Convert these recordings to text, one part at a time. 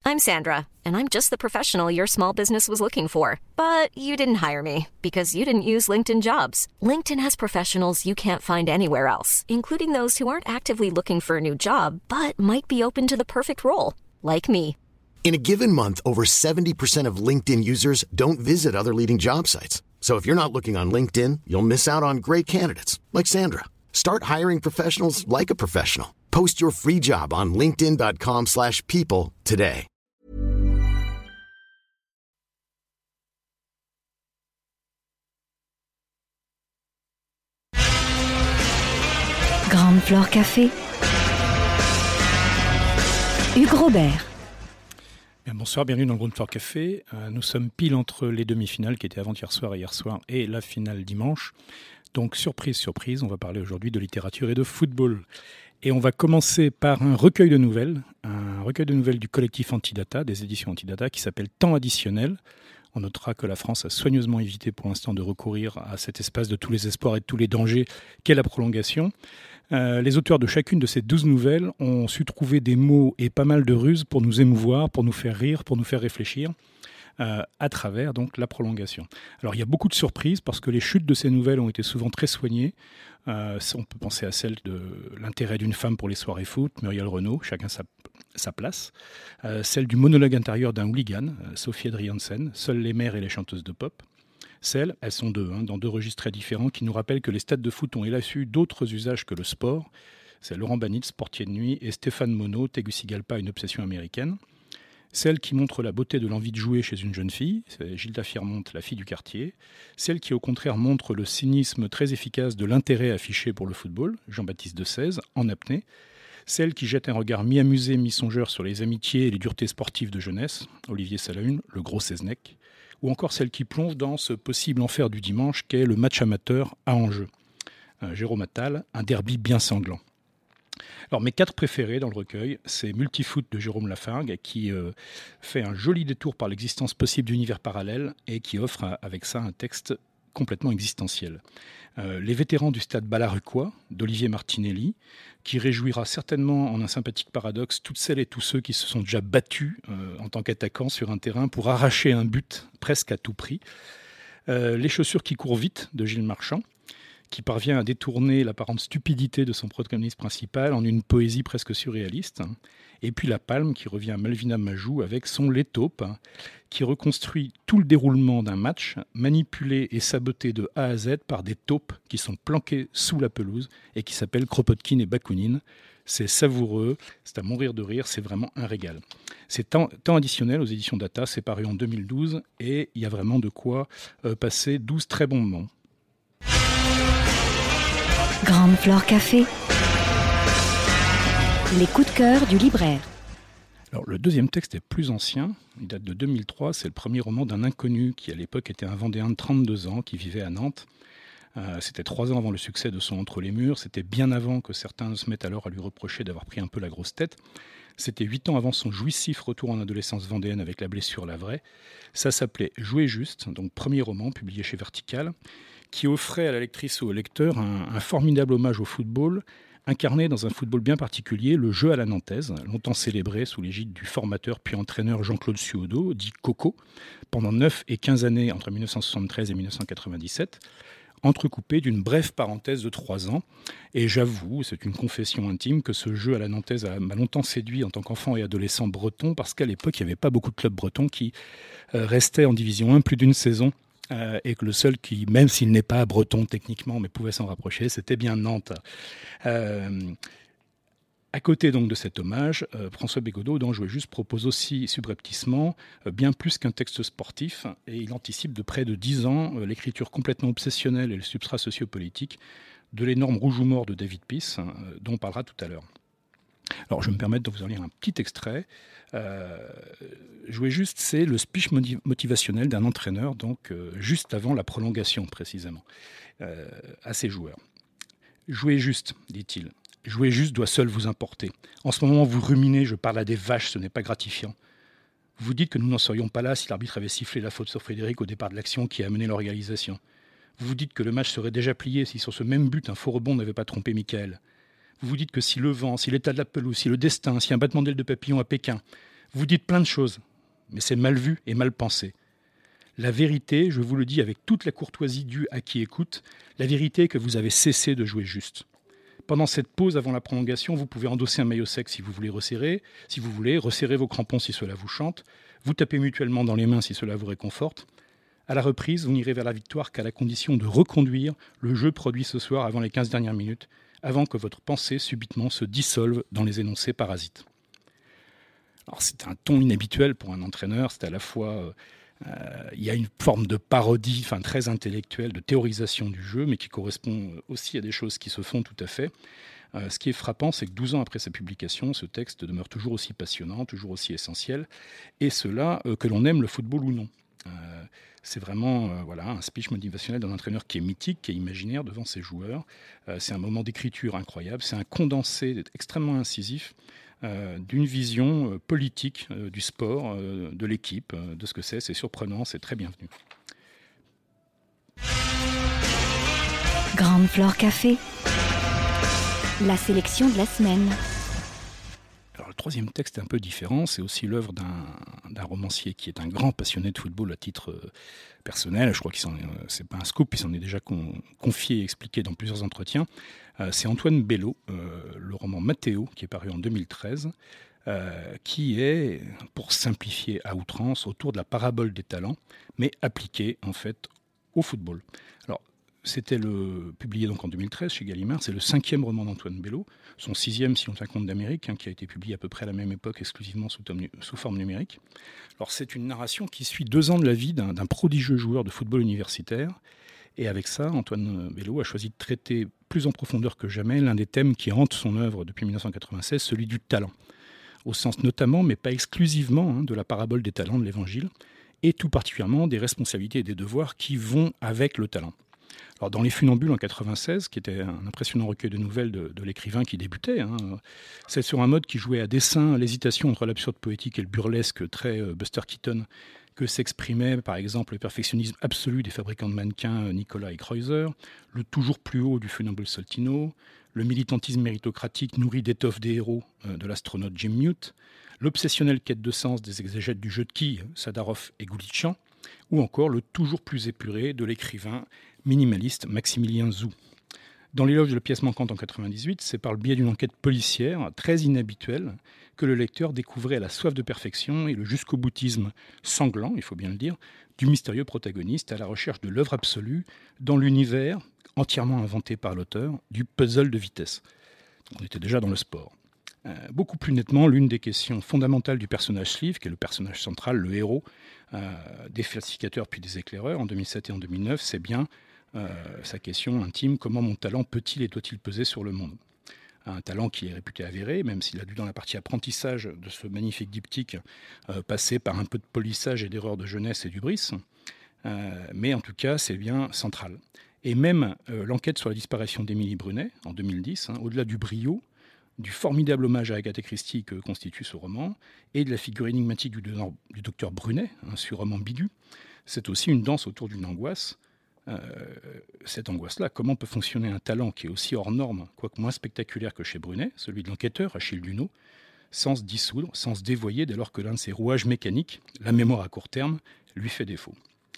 I'm Sandra, and I'm just the professional your small business was looking for. But you didn't hire me because you didn't use LinkedIn Jobs. LinkedIn has professionals you can't find anywhere else, including those who aren't actively looking for a new job, but might be open to the perfect role, like me. In a given month, over 70% of LinkedIn users don't visit other leading job sites. So if you're not looking on LinkedIn, you'll miss out on great candidates like Sandra. Start hiring professionals like a professional. Post your free job on linkedin.com/people today. Grande Flore Café. Hugues Robert. Bien, bonsoir, bienvenue dans le Grande Flore Café. Nous sommes pile entre les demi-finales qui étaient avant-hier soir et hier soir et la finale dimanche. Donc surprise, surprise, on va parler aujourd'hui de littérature et de football. Et on va commencer par un recueil de nouvelles du collectif Antidata, des éditions Antidata, qui s'appelle Temps additionnel. On notera que la France a soigneusement évité pour l'instant de recourir à cet espace de tous les espoirs et de tous les dangers qu'est la prolongation. Les auteurs de chacune de ces 12 nouvelles ont su trouver des mots et pas mal de ruses pour nous émouvoir, pour nous faire rire, pour nous faire réfléchir à travers donc la prolongation. Alors il y a beaucoup de surprises parce que les chutes de ces nouvelles ont été souvent très soignées. On peut penser à celle de l'intérêt d'une femme pour les soirées foot, Muriel Renaud, chacun sa place. Celle du monologue intérieur d'un hooligan, Sophie Adriansen, Seules les mères et les chanteuses de pop. Elles sont deux, dans deux registres très différents, qui nous rappellent que les stades de foot ont hélas eu d'autres usages que le sport. C'est Laurent Banitz, portier de nuit, et Stéphane Monod, Tegucigalpa, une obsession américaine. Celle qui montre la beauté de l'envie de jouer chez une jeune fille, c'est Gilda Firmonte, la fille du quartier. Celle qui au contraire montre le cynisme très efficace de l'intérêt affiché pour le football, Jean-Baptiste de Sèze, en apnée. Celle qui jette un regard mi-amusé, mi-songeur sur les amitiés et les duretés sportives de jeunesse, Olivier Salahune, le gros Seznec. Ou encore celle qui plonge dans ce possible enfer du dimanche qu'est le match amateur à enjeu. Jérôme Attal, un derby bien sanglant. Alors mes 4 préférés dans le recueil, c'est Multifoot de Jérôme Lafargue qui fait un joli détour par l'existence possible d'univers parallèles et qui offre avec ça un texte complètement existentiel. Les vétérans du stade Ballaruquois d'Olivier Martinelli, qui réjouira certainement en un sympathique paradoxe toutes celles et tous ceux qui se sont déjà battus en tant qu'attaquants sur un terrain pour arracher un but presque à tout prix. Les chaussures qui courent vite de Gilles Marchand, qui parvient à détourner l'apparente stupidité de son protagoniste principal en une poésie presque surréaliste. Et puis La Palme, qui revient à Malvina Majou avec son Les Taupes, qui reconstruit tout le déroulement d'un match, manipulé et saboté de A à Z par des taupes qui sont planquées sous la pelouse et qui s'appellent Kropotkin et Bakounine. C'est savoureux, c'est à mourir de rire, c'est vraiment un régal. C'est temps additionnel aux éditions Data, c'est paru en 2012 et il y a vraiment de quoi passer 12 très bons moments. Grande Flore Café. Les coups de cœur du libraire. Alors, le deuxième texte est plus ancien, il date de 2003, c'est le premier roman d'un inconnu qui à l'époque était un Vendéen de 32 ans qui vivait à Nantes. C'était 3 ans avant le succès de son Entre les murs, c'était bien avant que certains se mettent alors à lui reprocher d'avoir pris un peu la grosse tête. C'était 8 ans avant son jouissif retour en adolescence vendéenne avec La blessure, la vraie. Ça s'appelait Jouer juste, donc premier roman publié chez Vertical, qui offrait à la lectrice ou au lecteur un formidable hommage au football, incarné dans un football bien particulier, le jeu à la nantaise, longtemps célébré sous l'égide du formateur puis entraîneur Jean-Claude Suaudeau, dit Coco, pendant 9 et 15 années entre 1973 et 1997, entrecoupé d'une brève parenthèse de 3 ans. Et j'avoue, c'est une confession intime, que ce jeu à la nantaise m'a longtemps séduit en tant qu'enfant et adolescent breton, parce qu'à l'époque, il n'y avait pas beaucoup de clubs bretons qui restaient en division 1 plus d'une saison. Et que le seul qui, même s'il n'est pas breton techniquement, mais pouvait s'en rapprocher, c'était bien Nantes. À côté donc de cet hommage, François Bégodeau, dans Jouer juste, propose aussi subrepticement bien plus qu'un texte sportif, et il anticipe de près de 10 ans l'écriture complètement obsessionnelle et le substrat sociopolitique de l'énorme Rouge ou Mort de David Peace, dont on parlera tout à l'heure. Alors, je vais me permettre de vous en lire un petit extrait. Jouer juste, c'est le speech motivationnel d'un entraîneur, donc juste avant la prolongation précisément, à ses joueurs. Jouer juste, dit-il. Jouer juste doit seul vous importer. En ce moment, vous ruminez, je parle à des vaches, ce n'est pas gratifiant. Vous vous dites que nous n'en serions pas là si l'arbitre avait sifflé la faute sur Frédéric au départ de l'action qui a amené leur égalisation. Vous vous dites que le match serait déjà plié si sur ce même but un faux rebond n'avait pas trompé Michael. Vous vous dites que si le vent, si l'état de la pelouse, si le destin, si un battement d'aile de papillon à Pékin Vous dites plein de choses, mais c'est mal vu et mal pensé. La vérité, je vous le dis avec toute la courtoisie due à qui écoute, la vérité est que vous avez cessé de jouer juste. Pendant cette pause avant la prolongation, vous pouvez endosser un maillot sec si vous voulez resserrer, resserrer vos crampons si cela vous chante, vous taper mutuellement dans les mains si cela vous réconforte. À la reprise, vous n'irez vers la victoire qu'à la condition de reconduire le jeu produit ce soir avant les 15 dernières minutes, avant que votre pensée subitement se dissolve dans les énoncés parasites. Alors c'est un ton inhabituel pour un entraîneur, c'est à la fois... il y a une forme de parodie très intellectuelle, de théorisation du jeu, mais qui correspond aussi à des choses qui se font tout à fait. Ce qui est frappant, c'est que 12 ans après sa publication, ce texte demeure toujours aussi passionnant, toujours aussi essentiel, et cela, que l'on aime le football ou non. C'est vraiment un speech motivationnel d'un entraîneur qui est mythique, qui est imaginaire devant ses joueurs. C'est un moment d'écriture incroyable, c'est un condensé extrêmement incisif d'une vision politique du sport, de l'équipe, de ce que c'est. C'est surprenant, c'est très bienvenu. Grande Flore Café, la sélection de la semaine. Alors, le troisième texte est un peu différent. C'est aussi l'œuvre d'un romancier qui est un grand passionné de football à titre personnel. Je crois que c'est pas un scoop, il s'en est déjà confié et expliqué dans plusieurs entretiens. C'est Antoine Bello, le roman Matteo, qui est paru en 2013, qui est, pour simplifier à outrance, autour de la parabole des talents, mais appliquée en fait au football. Alors, c'était publié donc en 2013 chez Gallimard. C'est le 5e roman d'Antoine Bello, son 6e si on tient compte d'Amérique, qui a été publié à peu près à la même époque, exclusivement sous forme numérique. Alors c'est une narration qui suit 2 ans de la vie d'un prodigieux joueur de football universitaire. Et avec ça, Antoine Bello a choisi de traiter plus en profondeur que jamais l'un des thèmes qui hante son œuvre depuis 1996, celui du talent. Au sens notamment, mais pas exclusivement, de la parabole des talents de l'Évangile, et tout particulièrement des responsabilités et des devoirs qui vont avec le talent. Alors, dans Les Funambules en 1996, qui était un impressionnant recueil de nouvelles de l'écrivain qui débutait, c'est sur un mode qui jouait à dessein l'hésitation entre l'absurde poétique et le burlesque très Buster Keaton, que s'exprimait par exemple le perfectionnisme absolu des fabricants de mannequins Nicolas et Kreuzer, le toujours plus haut du funambule Soltino, le militantisme méritocratique nourri d'étoffes des héros de l'astronaute Jim Newt, l'obsessionnelle quête de sens des exégètes du jeu de quilles Sadarov et Goulichan, ou encore le toujours plus épuré de l'écrivain minimaliste Maximilien Zou. Dans l'éloge de la pièce manquante en 1998, c'est par le biais d'une enquête policière très inhabituelle que le lecteur découvrait la soif de perfection et le jusqu'au-boutisme sanglant, il faut bien le dire, du mystérieux protagoniste à la recherche de l'œuvre absolue dans l'univers entièrement inventé par l'auteur du puzzle de vitesse. On était déjà dans le sport. Beaucoup plus nettement, l'une des questions fondamentales du personnage Sleeve, qui est le personnage central, le héros des falsificateurs puis des éclaireurs en 2007 et en 2009, c'est bien sa question intime, comment mon talent peut-il et doit-il peser sur le monde ? Un talent qui est réputé avéré, même s'il a dû dans la partie apprentissage de ce magnifique diptyque passer par un peu de polissage et d'erreurs de jeunesse et d'hubris, mais en tout cas c'est bien central. Et même l'enquête sur la disparition d'Émilie Brunet en 2010, au-delà du brio, du formidable hommage à Agatha Christie que constitue ce roman, et de la figure énigmatique du docteur Brunet, surhomme ambigu, c'est aussi une danse autour d'une angoisse. Cette angoisse-là, comment peut fonctionner un talent qui est aussi hors norme, quoique moins spectaculaire que chez Brunet, celui de l'enquêteur, Achille Duneau, sans se dissoudre, sans se dévoyer dès lors que l'un de ses rouages mécaniques, la mémoire à court terme, lui fait défaut.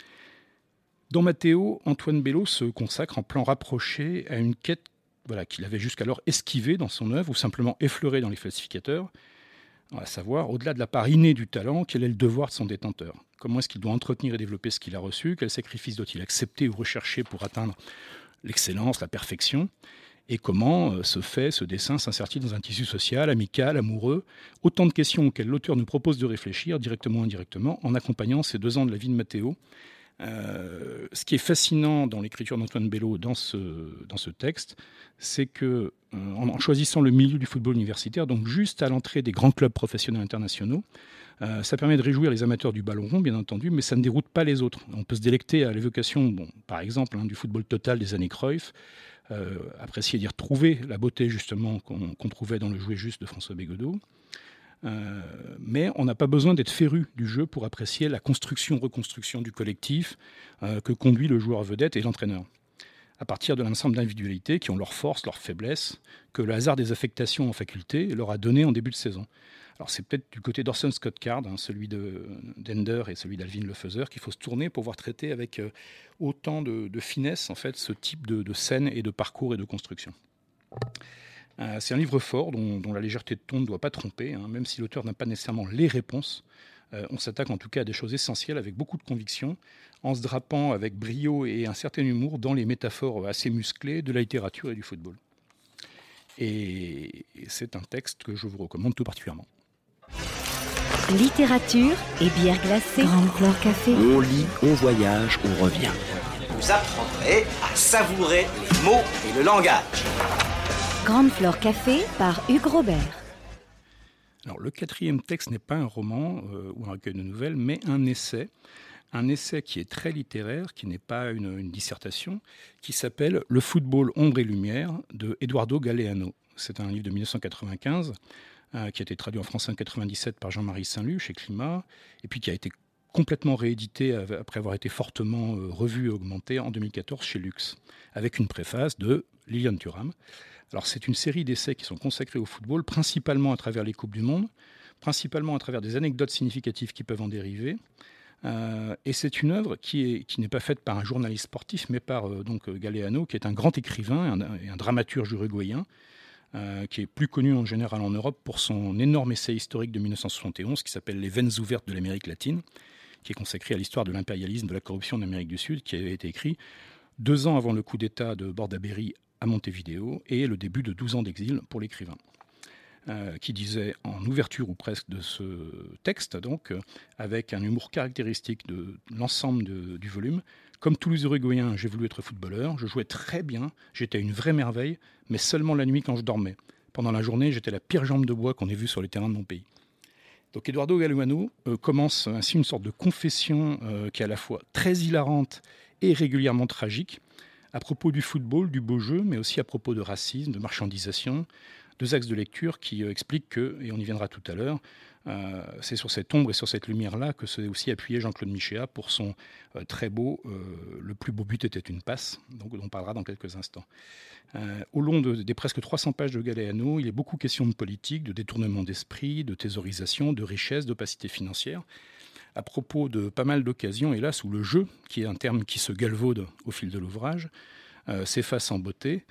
Dans Matteo, Antoine Bello se consacre en plan rapproché à une quête qu'il avait jusqu'alors esquivée dans son œuvre ou simplement effleurée dans Les Falsificateurs, à savoir, au-delà de la part innée du talent, quel est le devoir de son détenteur ? Comment est-ce qu'il doit entretenir et développer ce qu'il a reçu ? Quels sacrifices doit-il accepter ou rechercher pour atteindre l'excellence, la perfection ? Et comment ce dessin s'insère-t-il dans un tissu social, amical, amoureux ? Autant de questions auxquelles l'auteur nous propose de réfléchir, directement ou indirectement, en accompagnant ces 2 ans de la vie de Matteo. Ce qui est fascinant dans l'écriture d'Antoine Bello dans ce texte, c'est que en choisissant le milieu du football universitaire, donc juste à l'entrée des grands clubs professionnels internationaux, ça permet de réjouir les amateurs du ballon rond, bien entendu, mais ça ne déroute pas les autres. On peut se délecter à l'évocation, par exemple, du football total des années Cruyff, apprécier et d'y retrouver la beauté justement qu'on trouvait dans le jouet juste de François Bégodeau. Mais on n'a pas besoin d'être féru du jeu pour apprécier la construction-reconstruction du collectif que conduit le joueur vedette et l'entraîneur. À partir de l'ensemble d'individualités qui ont leurs forces, leurs faiblesses, que le hasard des affectations en faculté leur a donné en début de saison. Alors c'est peut-être du côté d'Orson Scott Card, celui d'Ender et celui d'Alvin Lefeuseur, qu'il faut se tourner pour voir traiter avec autant de finesse en fait, ce type de scène et de parcours et de construction. C'est un livre fort dont la légèreté de ton ne doit pas tromper, même si l'auteur n'a pas nécessairement les réponses. On s'attaque en tout cas à des choses essentielles avec beaucoup de conviction, en se drapant avec brio et un certain humour dans les métaphores assez musclées de la littérature et du football. Et c'est un texte que je vous recommande tout particulièrement. Littérature et bière glacée. Grande Flore Café. On lit, on voyage, on revient. Vous apprendrez à savourer les mots et le langage. Grande Flore Café par Hugues Robert. Alors, le 4e texte n'est pas un roman ou un recueil de nouvelles, mais un essai. Un essai qui est très littéraire, qui n'est pas une dissertation, qui s'appelle « Le football, ombre et lumière » de Eduardo Galeano. C'est un livre de 1995 qui a été traduit en français en 1997 par Jean-Marie Saint-Lut chez Climat, et puis qui a été complètement réédité après avoir été fortement revu et augmenté en 2014 chez Lux, avec une préface de Liliane Thuram. Alors c'est une série d'essais qui sont consacrés au football, principalement à travers les Coupes du Monde, principalement à travers des anecdotes significatives qui peuvent en dériver. Et c'est une œuvre qui n'est pas faite par un journaliste sportif, mais par Galeano, qui est un grand écrivain et un dramaturge uruguayen, qui est plus connu en général en Europe pour son énorme essai historique de 1971 qui s'appelle « Les veines ouvertes de l'Amérique latine », qui est consacré à l'histoire de l'impérialisme, de la corruption en Amérique du Sud, qui avait été écrit 2 ans avant le coup d'État de Bordaberry à Montevideo et le début de 12 ans d'exil pour l'écrivain. Qui disait en ouverture ou presque de ce texte, donc, avec un humour caractéristique de l'ensemble du volume. Comme tous les Uruguayens, j'ai voulu être footballeur, je jouais très bien, j'étais une vraie merveille, mais seulement la nuit quand je dormais. Pendant la journée, j'étais la pire jambe de bois qu'on ait vue sur les terrains de mon pays. Donc Eduardo Galeano commence ainsi une sorte de confession qui est à la fois très hilarante et régulièrement tragique, à propos du football, du beau jeu, mais aussi à propos de racisme, de marchandisation, 2 axes de lecture qui expliquent que, et on y viendra tout à l'heure, c'est sur cette ombre et sur cette lumière-là que s'est aussi appuyé Jean-Claude Michéa pour son très beau « Le plus beau but était une passe », donc, dont on parlera dans quelques instants. Au long des presque 300 pages de Galeano, il est beaucoup question de politique, de détournement d'esprit, de thésaurisation, de richesse, d'opacité financière, à propos de pas mal d'occasions, hélas, où le jeu, qui est un terme qui se galvaude au fil de l'ouvrage, s'efface en beauté.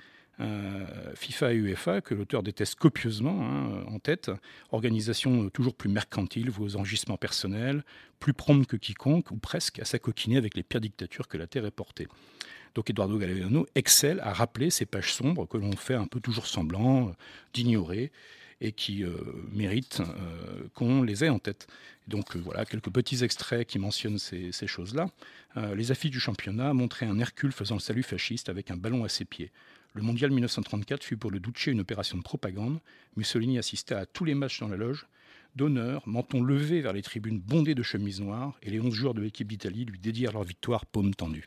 FIFA et UEFA, que l'auteur déteste copieusement, en tête, organisation toujours plus mercantile, vos enregistrements personnels, plus prompte que quiconque, ou presque, à s'acoquiner avec les pires dictatures que la Terre ait portées. Donc Eduardo Galeano excelle à rappeler ces pages sombres que l'on fait un peu toujours semblant d'ignorer et qui méritent qu'on les ait en tête. Donc voilà, quelques petits extraits qui mentionnent ces choses-là. Les affiches du championnat montraient un Hercule faisant le salut fasciste avec un ballon à ses pieds. Le mondial 1934 fut pour le Duce une opération de propagande. Mussolini assista à tous les matchs dans la loge, d'honneur, menton levé vers les tribunes bondées de chemises noires, et les 11 joueurs de l'équipe d'Italie lui dédièrent leur victoire paume tendue.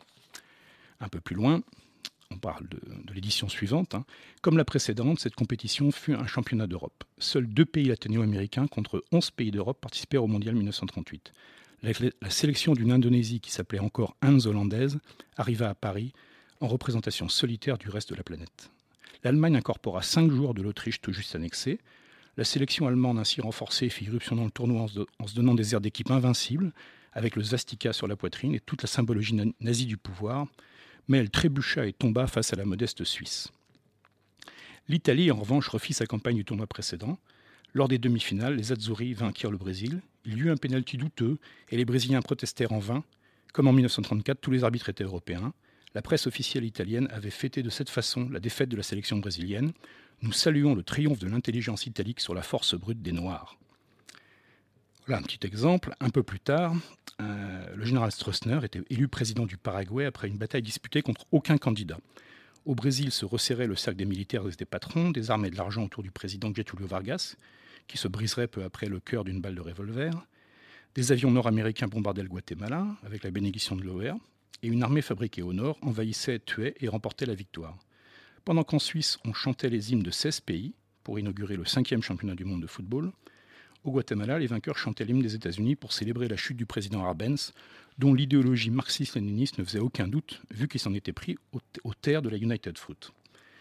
Un peu plus loin, on parle de l'édition suivante. Comme la précédente, cette compétition fut un championnat d'Europe. Seuls 2 pays latino-américains contre 11 pays d'Europe participèrent au mondial 1938. La sélection d'une Indonésie qui s'appelait encore Indes hollandaise arriva à Paris en représentation solitaire du reste de la planète. L'Allemagne incorpora 5 joueurs de l'Autriche tout juste annexés. La sélection allemande ainsi renforcée fit irruption dans le tournoi en se donnant des airs d'équipe invincible, avec le Zastika sur la poitrine et toute la symbologie nazie du pouvoir, mais elle trébucha et tomba face à la modeste Suisse. L'Italie, en revanche, refit sa campagne du tournoi précédent. Lors des demi-finales, les Azzurri vainquirent le Brésil. Il y eut un pénalty douteux et les Brésiliens protestèrent en vain. Comme en 1934, tous les arbitres étaient européens. La presse officielle italienne avait fêté de cette façon la défaite de la sélection brésilienne. Nous saluons le triomphe de l'intelligence italique sur la force brute des Noirs. Voilà un petit exemple. Un peu plus tard, le général Stroessner était élu président du Paraguay après une bataille disputée contre aucun candidat. Au Brésil se resserrait le cercle des militaires et des patrons, des armes et de l'argent autour du président Getúlio Vargas, qui se briserait peu après le cœur d'une balle de revolver. Des avions nord-américains bombardaient le Guatemala avec la bénédiction de l'OEA. Et une armée fabriquée au nord envahissait, tuait et remportait la victoire. Pendant qu'en Suisse, on chantait les hymnes de 16 pays pour inaugurer le 5e championnat du monde de football, au Guatemala, les vainqueurs chantaient l'hymne des États-Unis pour célébrer la chute du président Arbenz, dont l'idéologie marxiste-léniniste ne faisait aucun doute, vu qu'il s'en était pris aux terres de la United Fruit.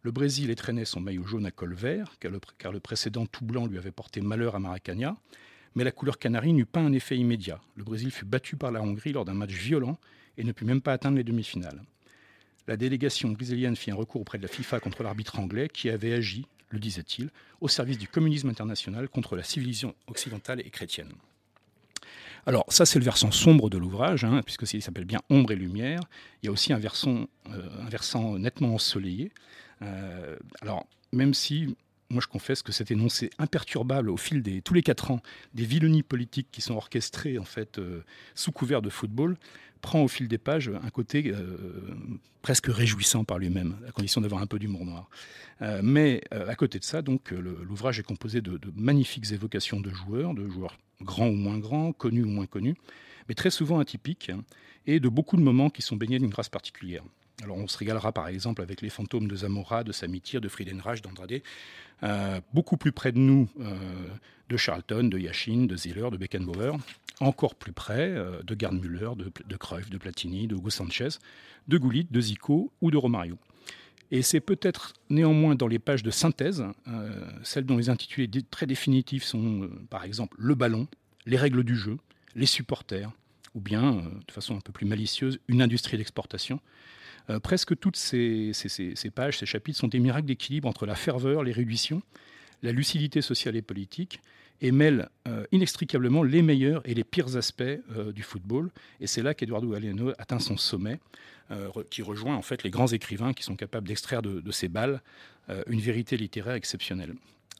Le Brésil étreignait son maillot jaune à col vert, car le précédent tout blanc lui avait porté malheur à Maracanã. Mais la couleur canarie n'eut pas un effet immédiat. Le Brésil fut battu par la Hongrie lors d'un match violent et ne put même pas atteindre les demi-finales. La délégation brésilienne fit un recours auprès de la FIFA contre l'arbitre anglais qui avait agi, le disait-il, au service du communisme international contre la civilisation occidentale et chrétienne. Alors ça c'est le versant sombre de l'ouvrage, puisqu'il s'appelle bien Ombre et Lumière. Il y a aussi un versant nettement ensoleillé. Alors même si... Moi, je confesse que cet énoncé imperturbable au fil tous les 4 ans des vilenies politiques qui sont orchestrées en fait, sous couvert de football prend au fil des pages un côté presque réjouissant par lui-même, à condition d'avoir un peu d'humour noir. Mais à côté de ça, donc, l'ouvrage est composé de magnifiques évocations de joueurs grands ou moins grands, connus ou moins connus, mais très souvent atypiques, et de beaucoup de moments qui sont baignés d'une grâce particulière. Alors on se régalera par exemple avec les fantômes de Zamora, de Samitier, de Friedenreich, d'Andrade, beaucoup plus près de nous de Charlton, de Yachine, de Ziller, de Beckenbauer, encore plus près de Gerd Müller, de Cruyff, de Platini, de Hugo Sanchez, de Gullit, de Zico ou de Romario. Et c'est peut-être néanmoins dans les pages de synthèse, celles dont les intitulés très définitifs sont par exemple le ballon, les règles du jeu, les supporters, ou bien, de façon un peu plus malicieuse, une industrie d'exportation. Presque toutes ces pages, ces chapitres sont des miracles d'équilibre entre la ferveur, l'érudition, la lucidité sociale et politique, et mêlent inextricablement les meilleurs et les pires aspects du football. Et c'est là qu'Eduardo Galeano atteint son sommet, qui rejoint en fait les grands écrivains qui sont capables d'extraire de ces balles une vérité littéraire exceptionnelle.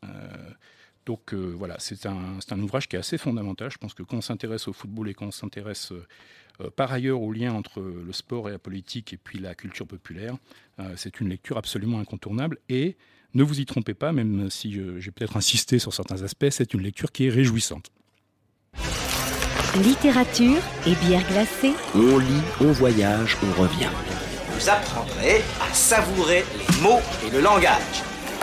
Donc voilà, c'est un ouvrage qui est assez fondamental. Je pense que quand on s'intéresse au football et quand on s'intéresse par ailleurs au lien entre le sport et la politique et puis la culture populaire, c'est une lecture absolument incontournable. Et ne vous y trompez pas, même si j'ai peut-être insisté sur certains aspects, c'est une lecture qui est réjouissante. Littérature et bière glacée. On lit, on voyage, on revient. Vous apprendrez à savourer les mots et le langage.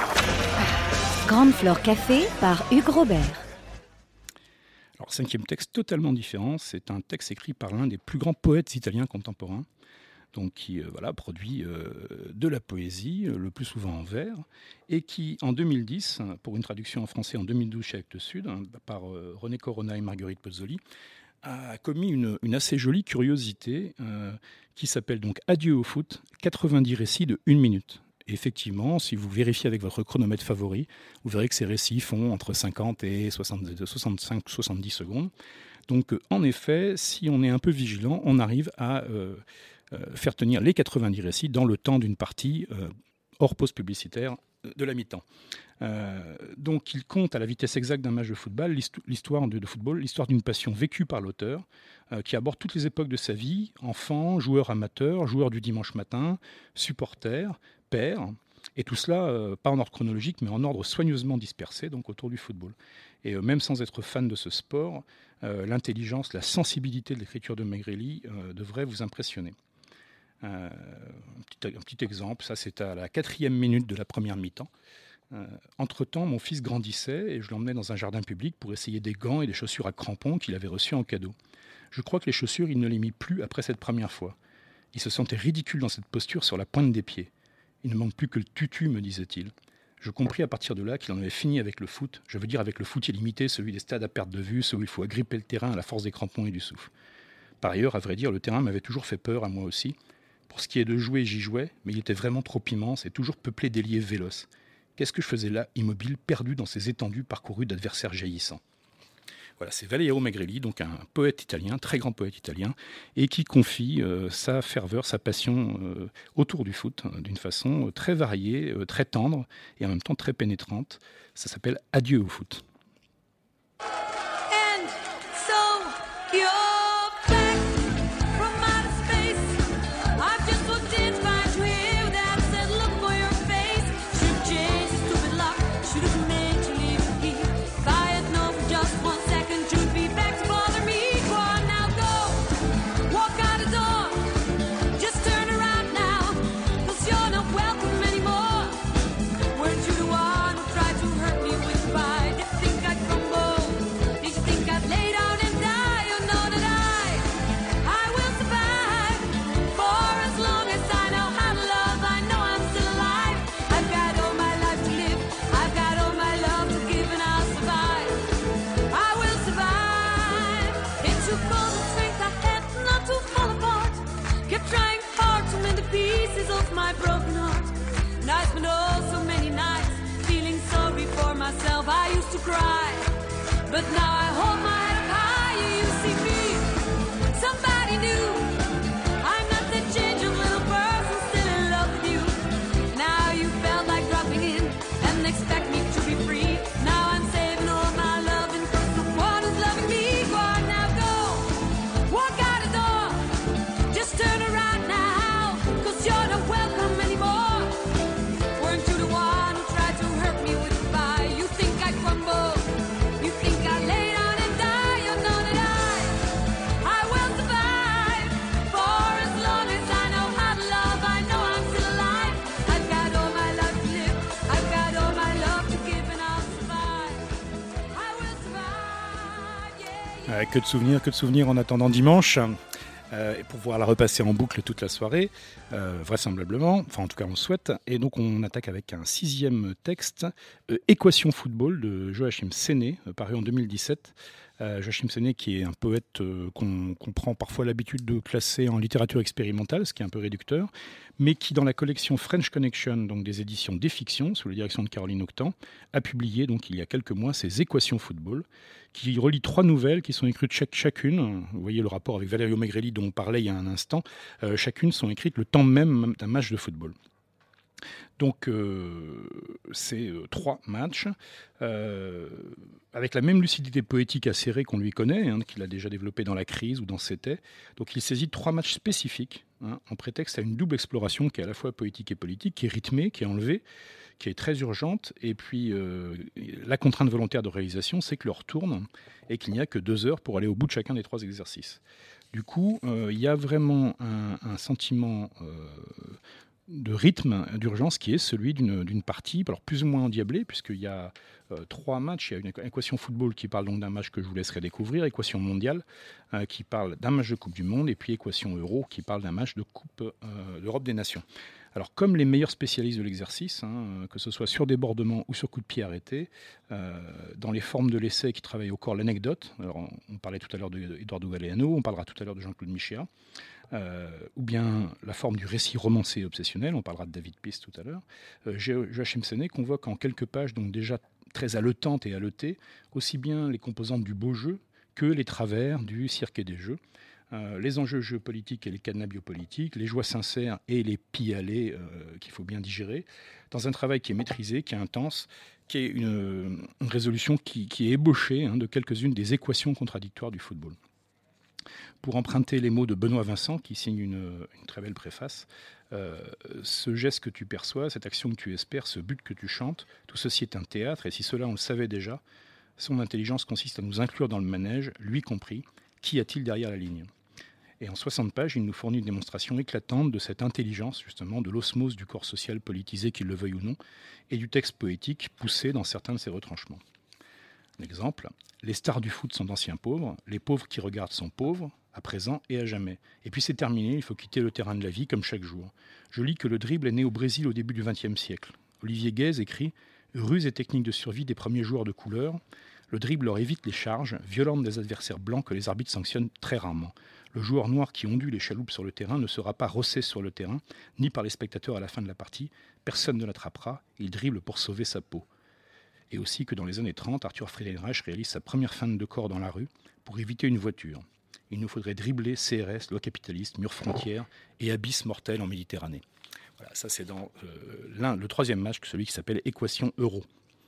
Grande Flore Café par Hugues Robert. Alors, 5e texte totalement différent, c'est un texte écrit par l'un des plus grands poètes italiens contemporains, donc qui produit de la poésie, le plus souvent en vers, et qui, en 2010, pour une traduction en français en 2012 chez Actes Sud, par René Corona et Marguerite Pozzoli, a commis une assez jolie curiosité qui s'appelle donc Adieu au foot, 90 récits de 1 minute. Et effectivement, si vous vérifiez avec votre chronomètre favori, vous verrez que ces récits font entre 50 et 65-70 secondes. Donc en effet, si on est un peu vigilant, on arrive à faire tenir les 90 récits dans le temps d'une partie hors pause publicitaire de la mi-temps. Donc il compte à la vitesse exacte d'un match de football l'histoire d'une passion vécue par l'auteur qui aborde toutes les époques de sa vie, enfant, joueur amateur, joueur du dimanche matin, supporter, père, et tout cela pas en ordre chronologique mais en ordre soigneusement dispersé, donc autour du football. Et même sans être fan de ce sport, l'intelligence, la sensibilité de l'écriture de Megreli devrait vous impressionner. Un petit exemple, ça c'est à la 4e minute de la première mi-temps. Entre-temps, mon fils grandissait et je l'emmenais dans un jardin public pour essayer des gants et des chaussures à crampons qu'il avait reçus en cadeau. Je crois que les chaussures, il ne les mit plus après cette première fois. Il se sentait ridicule dans cette posture sur la pointe des pieds. Il ne manque plus que le tutu, me disait-il. Je compris à partir de là qu'il en avait fini avec le foot. Je veux dire avec le foot illimité, celui des stades à perte de vue, celui où il faut agripper le terrain à la force des crampons et du souffle. Par ailleurs, à vrai dire, le terrain m'avait toujours fait peur à moi aussi. Pour ce qui est de jouer, j'y jouais, mais il était vraiment trop immense et toujours peuplé d'ailiers véloces. Qu'est-ce que je faisais là, immobile, perdu dans ces étendues parcourues d'adversaires jaillissants ? Voilà, c'est Valerio Megreli, donc un poète italien, très grand poète italien, et qui confie sa ferveur, sa passion autour du foot, d'une façon très variée, très tendre, et en même temps très pénétrante. Ça s'appelle « Adieu au foot ». cry. But now I hold my head up high. You see me, somebody new. I'm not the changeable little person still in love with you. Now you felt like dropping in and expect me to be free. Now I'm saving all my loving for someone who's loving me. Go on now, go, walk out the door. Just turn around now, 'cause you're not welcome anymore. Weren't you the one who tried to hurt me with a fire? You think I crumble? You think I lay down and die? You know that I will survive. For as long as I know how to love, I know I'm still alive. I've got all my life to live, I've got all my love to give, and I'll survive. I will survive, yeah, yeah. Que de souvenirs en attendant dimanche. Et pour pouvoir la repasser en boucle toute la soirée, vraisemblablement, enfin en tout cas on le souhaite. Et donc on attaque avec un 6e texte, Équation football de Joachim Séné, paru en 2017. Joachim Séné qui est un poète qu'on prend parfois l'habitude de classer en littérature expérimentale, ce qui est un peu réducteur, mais qui dans la collection French Connection, donc des éditions des fictions, sous la direction de Caroline Octan, a publié donc il y a quelques mois ses Équations football, qui relie 3 nouvelles qui sont écrites chacune. Vous voyez le rapport avec Valerio Megrelli dont on parlait il y a un instant. Chacune sont écrites le temps même d'un match de football. Donc c'est 3 matchs avec la même lucidité poétique acérée qu'on lui connaît, qu'il a déjà développée dans La Crise ou dans C'était. Donc il saisit 3 matchs spécifiques en prétexte à une double exploration qui est à la fois poétique et politique, qui est rythmée, qui est enlevée, qui est très urgente. Et puis la contrainte volontaire de réalisation, c'est que l'heure tourne et qu'il n'y a que 2 heures pour aller au bout de chacun des 3 exercices. Du coup, il y a vraiment un sentiment de rythme, d'urgence, qui est celui d'une partie, alors plus ou moins endiablée, puisqu'il y a 3 matchs. Il y a une équation football qui parle donc d'un match que je vous laisserai découvrir, équation mondiale qui parle d'un match de Coupe du Monde, et puis équation euro qui parle d'un match de Coupe d'Europe des Nations. Alors comme les meilleurs spécialistes de l'exercice, que ce soit sur débordement ou sur coup de pied arrêté, dans les formes de l'essai qui travaillent au corps l'anecdote, alors on parlait tout à l'heure d'Eduardo Galeano, on parlera tout à l'heure de Jean-Claude Michéa, ou bien la forme du récit romancé et obsessionnel, on parlera de David Peace tout à l'heure. Joachim Séné convoque en quelques pages, donc déjà très haletantes et haletées, aussi bien les composantes du beau jeu que les travers du cirque et des jeux, les enjeux géopolitiques et les cadenas biopolitiques, les joies sincères et les pis-aller qu'il faut bien digérer, dans un travail qui est maîtrisé, qui est intense, qui est une résolution qui est ébauchée de quelques-unes des équations contradictoires du football. Pour emprunter les mots de Benoît Vincent, qui signe une très belle préface, ce geste que tu perçois, cette action que tu espères, ce but que tu chantes, tout ceci est un théâtre, et si cela on le savait déjà, son intelligence consiste à nous inclure dans le manège, lui compris, qu'y a-t-il derrière la ligne ? Et en 60 pages, il nous fournit une démonstration éclatante de cette intelligence, justement, de l'osmose du corps social politisé, qu'il le veuille ou non, et du texte poétique poussé dans certains de ses retranchements. Un exemple, les stars du foot sont d'anciens pauvres, les pauvres qui regardent sont pauvres, à présent et à jamais. Et puis c'est terminé, il faut quitter le terrain de la vie comme chaque jour. Je lis que le dribble est né au Brésil au début du XXe siècle. Olivier Guèze écrit « Ruse et technique de survie des premiers joueurs de couleur, le dribble leur évite les charges violentes des adversaires blancs que les arbitres sanctionnent très rarement. Le joueur noir qui ondule les chaloupes sur le terrain ne sera pas rossé sur le terrain, ni par les spectateurs à la fin de la partie. Personne ne l'attrapera, il dribble pour sauver sa peau. » Et aussi que dans les années 30, Arthur Friedenreich réalise sa première feinte de corps dans la rue pour éviter une voiture. Il nous faudrait dribbler CRS, loi capitaliste, mur frontière et abysse mortel en Méditerranée. Voilà, ça c'est dans le 3e match, celui qui s'appelle Équation Euro.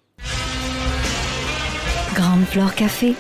Grande Flore Café.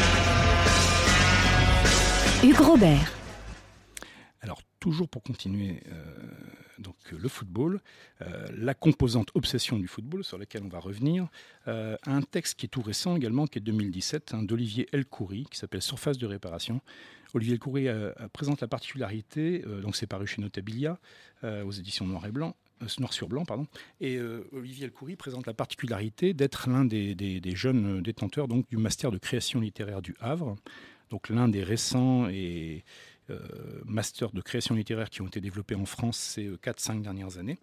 Hugues Robert. Alors, toujours pour continuer donc, le football, la composante obsession du football, sur laquelle on va revenir, un texte qui est tout récent également, qui est 2017, d'Olivier Elkhouri, qui s'appelle Surface de réparation. Olivier Elkhouri présente la particularité, donc c'est paru chez Notabilia, aux éditions Noir sur Blanc, pardon. Et Olivier Elkhouri présente la particularité d'être l'un des jeunes détenteurs donc, du master de création littéraire du Havre, donc l'un des récents et masters de création littéraire qui ont été développés en France ces 4-5 dernières années.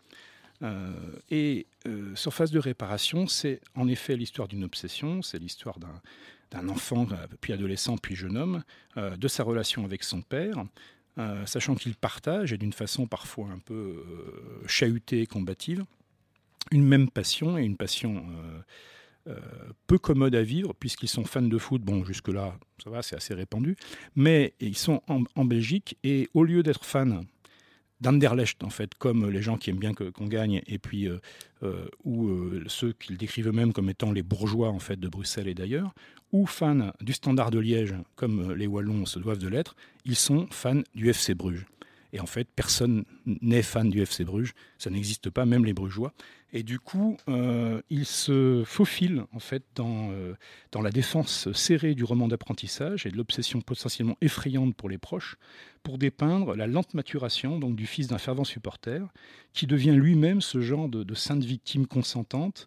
Surface de réparation, c'est en effet l'histoire d'une obsession, c'est l'histoire d'un enfant, puis adolescent, puis jeune homme, de sa relation avec son père, sachant qu'il partage, et d'une façon parfois un peu chahutée et combative, une même passion, et une passion peu commodes à vivre, puisqu'ils sont fans de foot. Bon, jusque-là, ça va, c'est assez répandu. Mais ils sont en Belgique, et au lieu d'être fans d'Anderlecht, en fait, comme les gens qui aiment bien qu'on gagne, et puis ceux qu'ils décrivent eux-mêmes comme étant les bourgeois, en fait, de Bruxelles et d'ailleurs, ou fans du Standard de Liège, comme les Wallons se doivent de l'être, ils sont fans du FC Bruges. Et en fait, personne n'est fan du FC Bruges, ça n'existe pas, même les Brugeois. Et du coup, il se faufile en fait dans la défense serrée du roman d'apprentissage et de l'obsession potentiellement effrayante pour les proches, pour dépeindre la lente maturation donc, du fils d'un fervent supporter, qui devient lui-même ce genre de sainte victime consentante.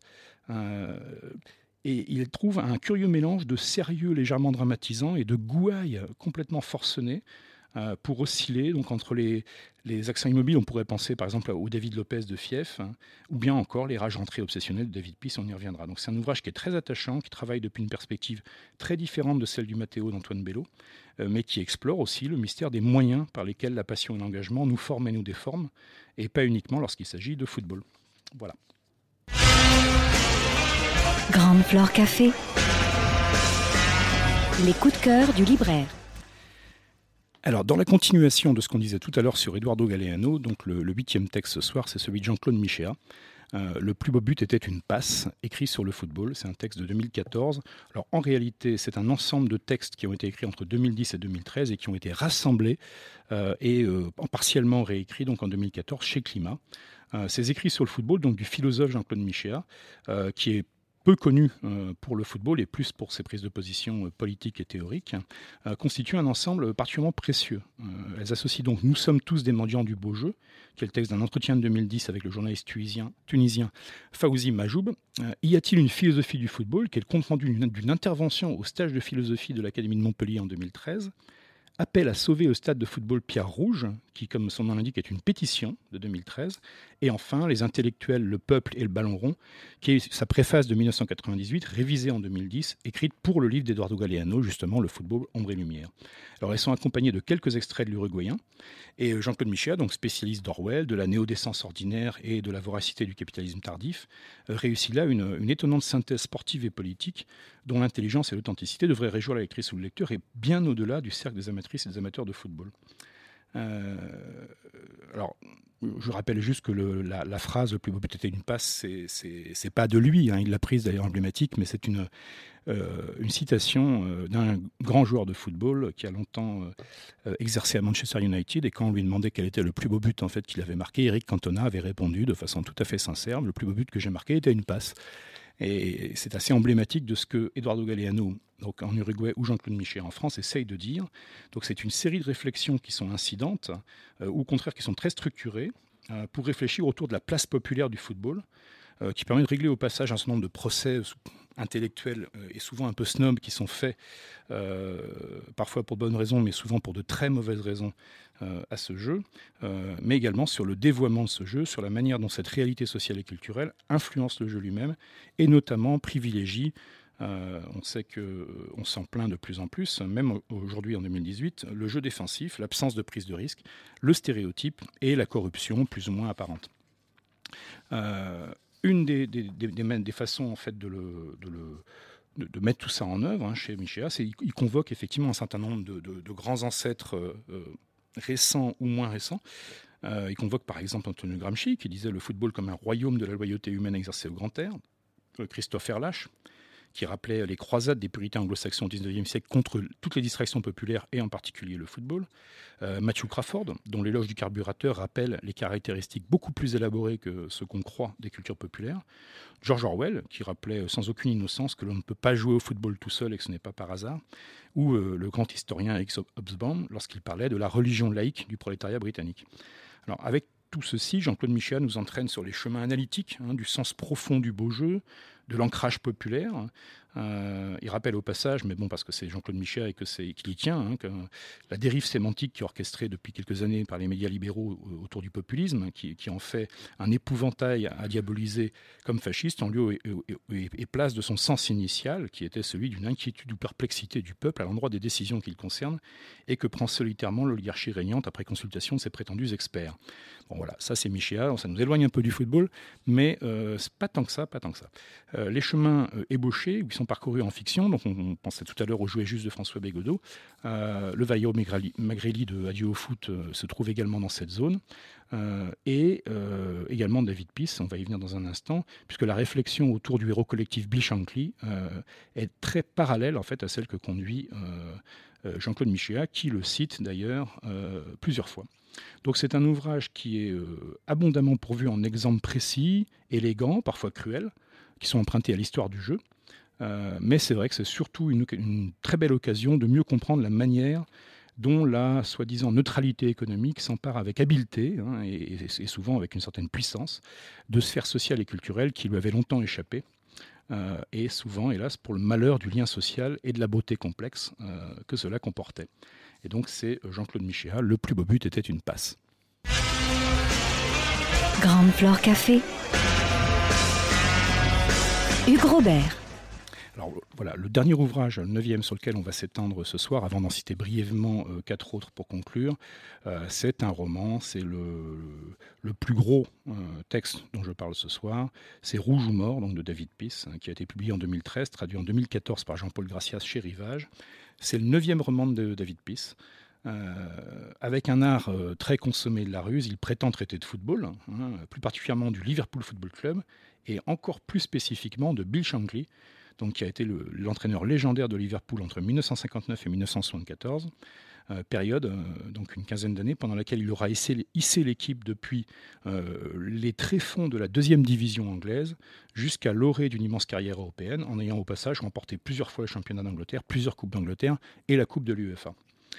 Et il trouve un curieux mélange de sérieux légèrement dramatisant et de gouailles complètement forcenées, pour osciller donc, entre les accents immobiles. On pourrait penser par exemple au David Lopez de Fief, ou bien encore les rageanteries obsessionnelles de David Peace, on y reviendra. Donc c'est un ouvrage qui est très attachant, qui travaille depuis une perspective très différente de celle du Matteo d'Antoine Bello, mais qui explore aussi le mystère des moyens par lesquels la passion et l'engagement nous forment et nous déforment, et pas uniquement lorsqu'il s'agit de football. Voilà. Grande Flore Café. Les coups de cœur du libraire. Alors, dans la continuation de ce qu'on disait tout à l'heure sur Eduardo Galeano, donc le 8e texte ce soir, c'est celui de Jean-Claude Michéa. Le plus beau but était une passe, écrit sur le football. C'est un texte de 2014. Alors, en réalité, c'est un ensemble de textes qui ont été écrits entre 2010 et 2013 et qui ont été rassemblés et partiellement réécrits donc, en 2014 chez Climat. Ces écrits sur le football, donc du philosophe Jean-Claude Michéa, qui est peu connu pour le football et plus pour ses prises de position politiques et théoriques, constituent un ensemble particulièrement précieux. Elles associent donc « Nous sommes tous des mendiants du beau jeu », qui est le texte d'un entretien de 2010 avec le journaliste tunisien Fawzi Majoub. Y a-t-il une philosophie du football, qui est le compte-rendu d'une intervention au stage de philosophie de l'Académie de Montpellier en 2013. Appel à sauver le stade de football Pierre Rouge, qui, comme son nom l'indique, est une pétition de 2013. Et enfin, les intellectuels, le peuple et le ballon rond, qui est sa préface de 1998, révisée en 2010, écrite pour le livre d'Eduardo Galeano, justement, Le football, ombre et lumière. Alors, elles sont accompagnées de quelques extraits de l'Uruguayen. Et Jean-Claude Michéa, donc spécialiste d'Orwell, de la néodécence ordinaire et de la voracité du capitalisme tardif, réussit là une étonnante synthèse sportive et politique, dont l'intelligence et l'authenticité devraient réjouir la lectrice ou le lecteur, et bien au-delà du cercle des amatrices et des amateurs de football. Alors, je rappelle juste que la phrase « le plus beau but était une passe », c'est pas de lui, hein, il l'a prise d'ailleurs emblématique, mais c'est une citation d'un grand joueur de football qui a longtemps exercé à Manchester United, et quand on lui demandait quel était le plus beau but en fait, qu'il avait marqué, Eric Cantona avait répondu de façon tout à fait sincère « le plus beau but que j'ai marqué était une passe ». Et c'est assez emblématique de ce que Eduardo Galeano, donc en Uruguay, ou Jean-Claude Michéa en France, essayent de dire. Donc c'est une série de réflexions qui sont incidentes, ou au contraire qui sont très structurées, pour réfléchir autour de la place populaire du football, qui permet de régler au passage un certain nombre de procès intellectuels et souvent un peu snobs qui sont faits, parfois pour de bonnes raisons, mais souvent pour de très mauvaises raisons, à ce jeu, mais également sur le dévoiement de ce jeu, sur la manière dont cette réalité sociale et culturelle influence le jeu lui-même, et notamment privilégie, on sait qu'on s'en plaint de plus en plus, même aujourd'hui en 2018, le jeu défensif, l'absence de prise de risque, le stéréotype et la corruption plus ou moins apparente. Une des façons en fait de mettre tout ça en œuvre, hein, chez Michéa, c'est qu'il convoque effectivement un certain nombre de grands ancêtres récents ou moins récents. Il convoque par exemple Antonio Gramsci, qui disait le football comme un royaume de la loyauté humaine exercée au grand air. Christophe Erlache, qui rappelait les croisades des puritains anglo-saxons au XIXe siècle contre toutes les distractions populaires et en particulier le football. Matthew Crawford, dont l'éloge du carburateur rappelle les caractéristiques beaucoup plus élaborées que ce qu'on croit des cultures populaires. George Orwell, qui rappelait sans aucune innocence que l'on ne peut pas jouer au football tout seul et que ce n'est pas par hasard. Ou le grand historien X. Hobsbawm, lorsqu'il parlait de la religion laïque du prolétariat britannique. Alors, avec tout ceci, Jean-Claude Michéa nous entraîne sur les chemins analytiques du sens profond du beau jeu, de l'ancrage populaire, Il rappelle au passage, mais bon, parce que c'est Jean-Claude Michéa et qu'il y tient, que la dérive sémantique qui est orchestrée depuis quelques années par les médias libéraux autour du populisme, qui en fait un épouvantail à diaboliser comme fasciste, en lieu et place de son sens initial, qui était celui d'une inquiétude ou perplexité du peuple à l'endroit des décisions qu'il concerne, et que prend solitairement l'oligarchie régnante après consultation de ses prétendus experts. Bon voilà, ça c'est Michéa, ça nous éloigne un peu du football, mais c'est pas tant que ça. Les chemins ébauchés, où ils sont parcourus en fiction, donc on pensait tout à l'heure au Jouet juste de François Bégodeau, le Vaillot Magrelli de Adieu au foot se trouve également dans cette zone, et également David Peace, on va y venir dans un instant, puisque la réflexion autour du héros collectif Bill Shankly est très parallèle en fait à celle que conduit Jean-Claude Michéa, qui le cite d'ailleurs plusieurs fois. Donc c'est un ouvrage qui est abondamment pourvu en exemples précis, élégants, parfois cruels, qui sont empruntés à l'histoire du jeu. Mais c'est vrai que c'est surtout une très belle occasion de mieux comprendre la manière dont la soi-disant neutralité économique s'empare avec habileté, et souvent avec une certaine puissance, de sphères sociales et culturelles qui lui avaient longtemps échappé, et souvent, hélas, pour le malheur du lien social et de la beauté complexe que cela comportait. Et donc c'est Jean-Claude Michéa, le plus beau but était une passe. Grande Flore Café. Hugues Robert. Alors voilà, le dernier ouvrage, le 9e sur lequel on va s'étendre ce soir, avant d'en citer brièvement 4 autres pour conclure, c'est un roman, c'est le plus gros texte dont je parle ce soir, c'est Rouge ou Mort, donc de David Peace, qui a été publié en 2013, traduit en 2014 par Jean-Paul Gracias chez Rivage. C'est le 9e roman de David Peace. Avec un art très consommé de la ruse, il prétend traiter de football, plus particulièrement du Liverpool Football Club, et encore plus spécifiquement de Bill Shankly, donc qui a été l'entraîneur légendaire de Liverpool entre 1959 et 1974, période, donc une quinzaine d'années, pendant laquelle il aura hissé l'équipe depuis les tréfonds de la 2e division anglaise jusqu'à l'orée d'une immense carrière européenne, en ayant au passage remporté plusieurs fois le championnat d'Angleterre, plusieurs coupes d'Angleterre et la coupe de l'UEFA.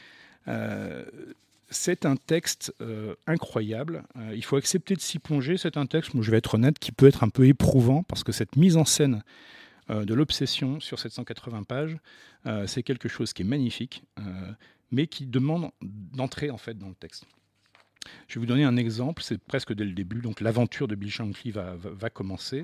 C'est un texte incroyable. Il faut accepter de s'y plonger. C'est un texte, moi je vais être honnête, qui peut être un peu éprouvant parce que cette mise en scène de l'obsession sur 780 pages, c'est quelque chose qui est magnifique, mais qui demande d'entrer en fait dans le texte. Je vais vous donner un exemple, c'est presque dès le début. Donc l'aventure de Bill Shankly va commencer.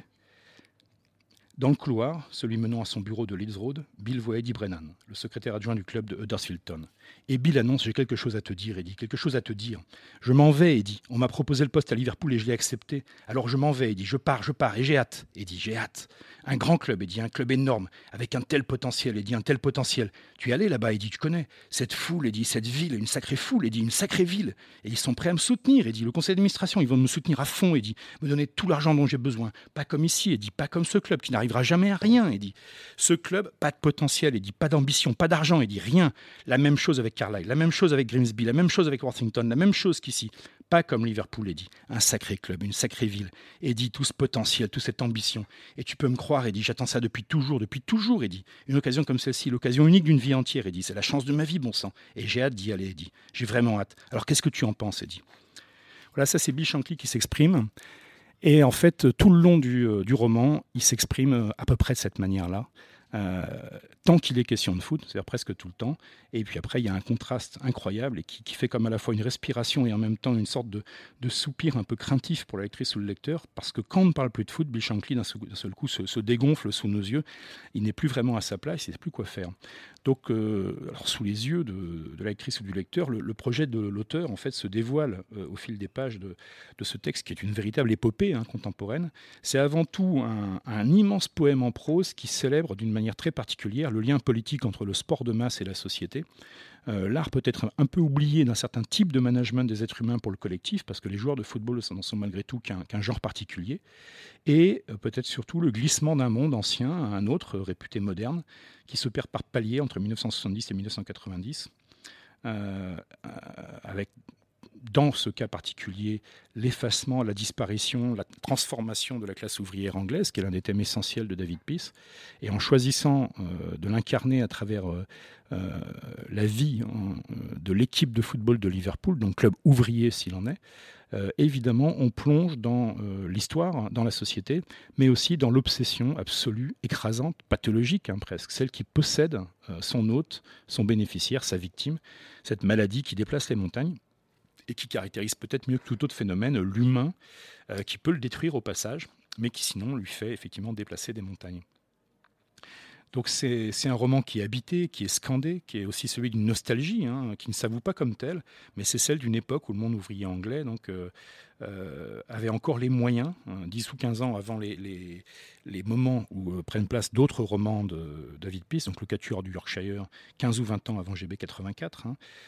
Dans le couloir, celui menant à son bureau de Leeds Road, Bill voit Eddie Brennan, le secrétaire adjoint du club de Huddersfield Town. Et Bill annonce « J'ai quelque chose à te dire, Eddie, quelque chose à te dire. Je m'en vais, Eddie. On m'a proposé le poste à Liverpool et je l'ai accepté. Alors je m'en vais, Eddie. Je pars, et j'ai hâte. Eddie, j'ai hâte. Un grand club, Eddie, un club énorme, avec un tel potentiel, Eddie, un tel potentiel. Tu es allé là-bas, Eddie, tu connais. Cette foule, Eddie, cette ville, une sacrée foule, Eddie, une sacrée ville. Et ils sont prêts à me soutenir, Eddie. Le conseil d'administration, ils vont me soutenir à fond, Eddie. Me donner tout l'argent dont j'ai besoin. Pas comme ici, Eddie, pas comme ce club qui n'arrivera jamais à rien, Eddie. Ce club, pas de potentiel, Eddie, pas d'ambition, pas d'argent, Eddie, rien. La même chose avec Carlisle, la même chose avec Grimsby, la même chose avec Worthington, la même chose qu'ici. Pas comme Liverpool, Eddie. Un sacré club, une sacrée ville. Eddie, tout ce potentiel, toute cette ambition. Et tu peux me croire, Eddie, j'attends ça depuis toujours, Eddie. Une occasion comme celle-ci, l'occasion unique d'une vie entière, Eddie. C'est la chance de ma vie, bon sang. Et j'ai hâte d'y aller, Eddie. J'ai vraiment hâte. Alors qu'est-ce que tu en penses, Eddie? Voilà, ça c'est Bill Shankly qui s'exprime. Et en fait, tout le long du roman, il s'exprime à peu près de cette manière-là. Tant qu'il est question de foot, c'est-à-dire presque tout le temps. Et puis après, il y a un contraste incroyable et qui fait comme à la fois une respiration et en même temps une sorte de soupir un peu craintif pour la lectrice ou le lecteur, parce que quand on ne parle plus de foot, Bill Shankly d'un seul coup se dégonfle sous nos yeux. Il n'est plus vraiment à sa place, il ne sait plus quoi faire. Donc, alors sous les yeux de la lectrice ou du lecteur, le projet de l'auteur en fait se dévoile au fil des pages de ce texte qui est une véritable épopée contemporaine. C'est avant tout un immense poème en prose qui célèbre d'une manière très particulière le lien politique entre le sport de masse et la société. L'art peut être un peu oublié d'un certain type de management des êtres humains pour le collectif, parce que les joueurs de football n'en sont malgré tout qu'un genre particulier, et peut-être surtout le glissement d'un monde ancien à un autre, réputé moderne, qui se perd par paliers entre 1970 et 1990, avec dans ce cas particulier, l'effacement, la disparition, la transformation de la classe ouvrière anglaise, qui est l'un des thèmes essentiels de David Peace. Et en choisissant de l'incarner à travers la vie de l'équipe de football de Liverpool, donc club ouvrier s'il en est, évidemment, on plonge dans l'histoire, dans la société, mais aussi dans l'obsession absolue, écrasante, pathologique presque, celle qui possède son hôte, son bénéficiaire, sa victime, cette maladie qui déplace les montagnes et qui caractérise peut-être mieux que tout autre phénomène l'humain, qui peut le détruire au passage, mais qui sinon lui fait effectivement déplacer des montagnes. Donc c'est un roman qui est habité, qui est scandé, qui est aussi celui d'une nostalgie, qui ne s'avoue pas comme telle, mais c'est celle d'une époque où le monde ouvrier anglais avait encore les moyens, 10 ou 15 ans avant les moments où prennent place d'autres romans de David Peace, donc Le Quatuor du Yorkshire, 15 ou 20 ans avant GB 84.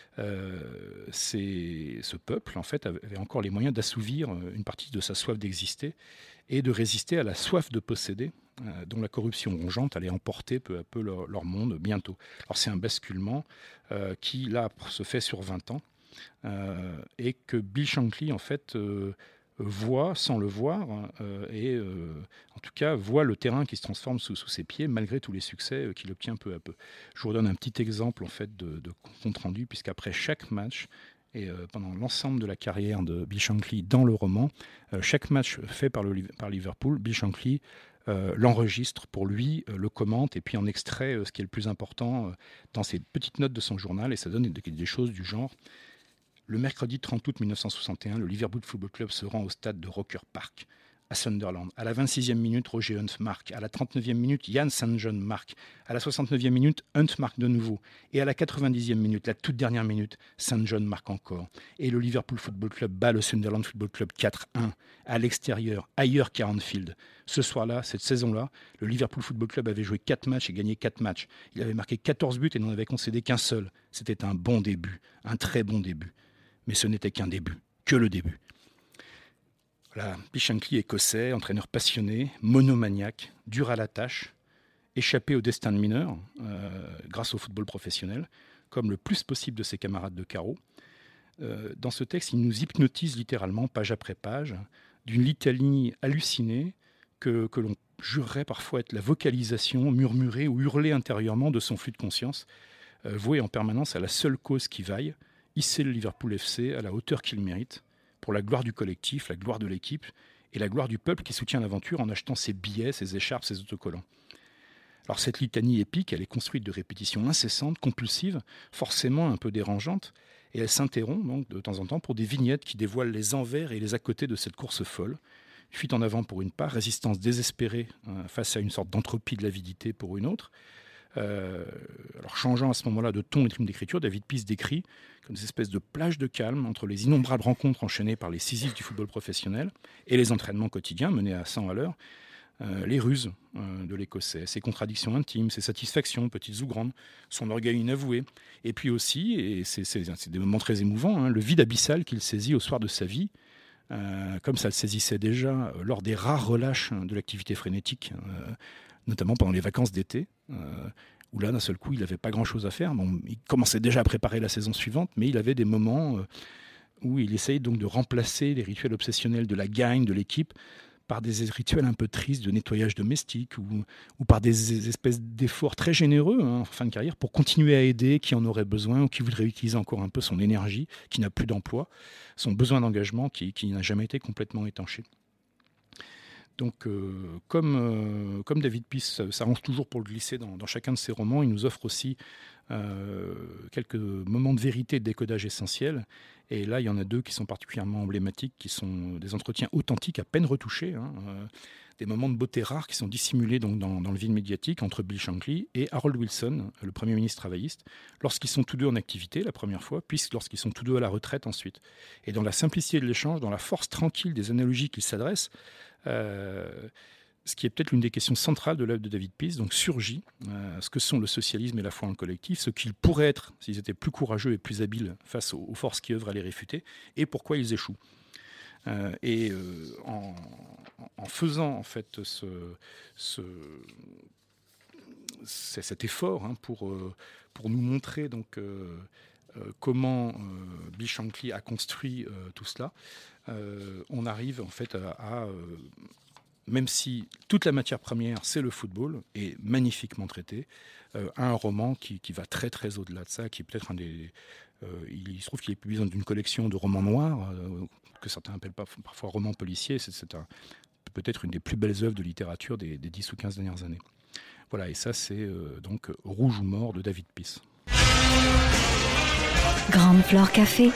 Ce peuple, en fait, avait encore les moyens d'assouvir une partie de sa soif d'exister et de résister à la soif de posséder, dont la corruption rongeante allait emporter peu à peu leur monde bientôt. Alors c'est un basculement qui, là, se fait sur 20 ans, et que Bill Shankly, en fait, voit sans le voir, et en tout cas voit le terrain qui se transforme sous ses pieds, malgré tous les succès qu'il obtient peu à peu. Je vous redonne un petit exemple, en fait, de compte-rendu, puisqu'après chaque match, et pendant l'ensemble de la carrière de Bill Shankly dans le roman, chaque match fait par Liverpool, Bill Shankly l'enregistre pour lui, le commente et puis en extrait ce qui est le plus important dans ses petites notes de son journal, et ça donne des choses du genre: le mercredi 30 août 1961, le Liverpool Football Club se rend au stade de Roker Park à Sunderland. À la 26e minute, Roger Hunt marque. À la 39e minute, Jan St. John marque. À la 69e minute, Hunt marque de nouveau. Et à la 90e minute, la toute dernière minute, St. John marque encore. Et le Liverpool Football Club bat le Sunderland Football Club 4-1 à l'extérieur, ailleurs qu'à Anfield. Ce soir-là, cette saison-là, le Liverpool Football Club avait joué 4 matchs et gagné 4 matchs. Il avait marqué 14 buts et n'en avait concédé qu'un seul. C'était un bon début, un très bon début. Mais ce n'était qu'un début, que le début. Voilà, Bill Shankly, écossais, entraîneur passionné, monomaniaque, dur à la tâche, échappé au destin de mineur grâce au football professionnel, comme le plus possible de ses camarades de carreau. Dans ce texte, il nous hypnotise littéralement, page après page, d'une litanie hallucinée que l'on jurerait parfois être la vocalisation murmurée ou hurlée intérieurement de son flux de conscience, voué en permanence à la seule cause qui vaille, hisser le Liverpool FC à la hauteur qu'il mérite, pour la gloire du collectif, la gloire de l'équipe et la gloire du peuple qui soutient l'aventure en achetant ses billets, ses écharpes, ses autocollants. Alors cette litanie épique, elle est construite de répétitions incessantes, compulsives, forcément un peu dérangeantes, et elle s'interrompt donc de temps en temps pour des vignettes qui dévoilent les envers et les à côté de cette course folle. Fuite en avant pour une part, résistance désespérée face à une sorte d'entropie de l'avidité pour une autre. Alors changeant à ce moment-là de ton et de rythme d'écriture, David Peace décrit comme des espèces de plages de calme entre les innombrables rencontres enchaînées par les Sisyphes du football professionnel et les entraînements quotidiens menés à 100 à l'heure, les ruses de l'Écossais, ses contradictions intimes, ses satisfactions, petites ou grandes, son orgueil inavoué, et puis aussi, et c'est des moments très émouvants, le vide abyssal qu'il saisit au soir de sa vie, comme ça le saisissait déjà lors des rares relâches de l'activité frénétique, notamment pendant les vacances d'été, où là, d'un seul coup, il n'avait pas grand-chose à faire. Bon, il commençait déjà à préparer la saison suivante, mais il avait des moments où il essayait donc de remplacer les rituels obsessionnels de la gagne, de l'équipe, par des rituels un peu tristes de nettoyage domestique ou par des espèces d'efforts très généreux en fin de carrière pour continuer à aider qui en aurait besoin ou qui voudrait utiliser encore un peu son énergie, qui n'a plus d'emploi, son besoin d'engagement qui n'a jamais été complètement étanché. Donc, comme David Peace s'arrange toujours pour le glisser dans chacun de ses romans, il nous offre aussi quelques moments de vérité et de décodage essentiels. Et là, il y en a 2 qui sont particulièrement emblématiques, qui sont des entretiens authentiques, à peine retouchés, des moments de beauté rares qui sont dissimulés donc, dans le vide médiatique entre Bill Shankly et Harold Wilson, le Premier ministre travailliste, lorsqu'ils sont tous deux en activité la première fois, puis lorsqu'ils sont tous deux à la retraite ensuite. Et dans la simplicité de l'échange, dans la force tranquille des analogies qu'ils s'adressent, ce qui est peut-être l'une des questions centrales de l'œuvre de David Peace, donc surgit ce que sont le socialisme et la foi en le collectif, ce qu'ils pourraient être s'ils étaient plus courageux et plus habiles face aux forces qui œuvrent à les réfuter, et pourquoi ils échouent. En faisant en fait cet effort pour nous montrer donc comment Bill Shankly a construit tout cela, on arrive en fait à même si toute la matière première c'est le football et magnifiquement traité, à un roman qui va très très au-delà de ça, qui est peut-être un il se trouve qu'il est publié dans une collection de romans noirs, que certains appellent parfois romans policiers. C'est peut-être une des plus belles œuvres de littérature des 10 ou 15 dernières années. Voilà, et ça c'est donc Rouge ou mort de David Peace. Grande Flore Café.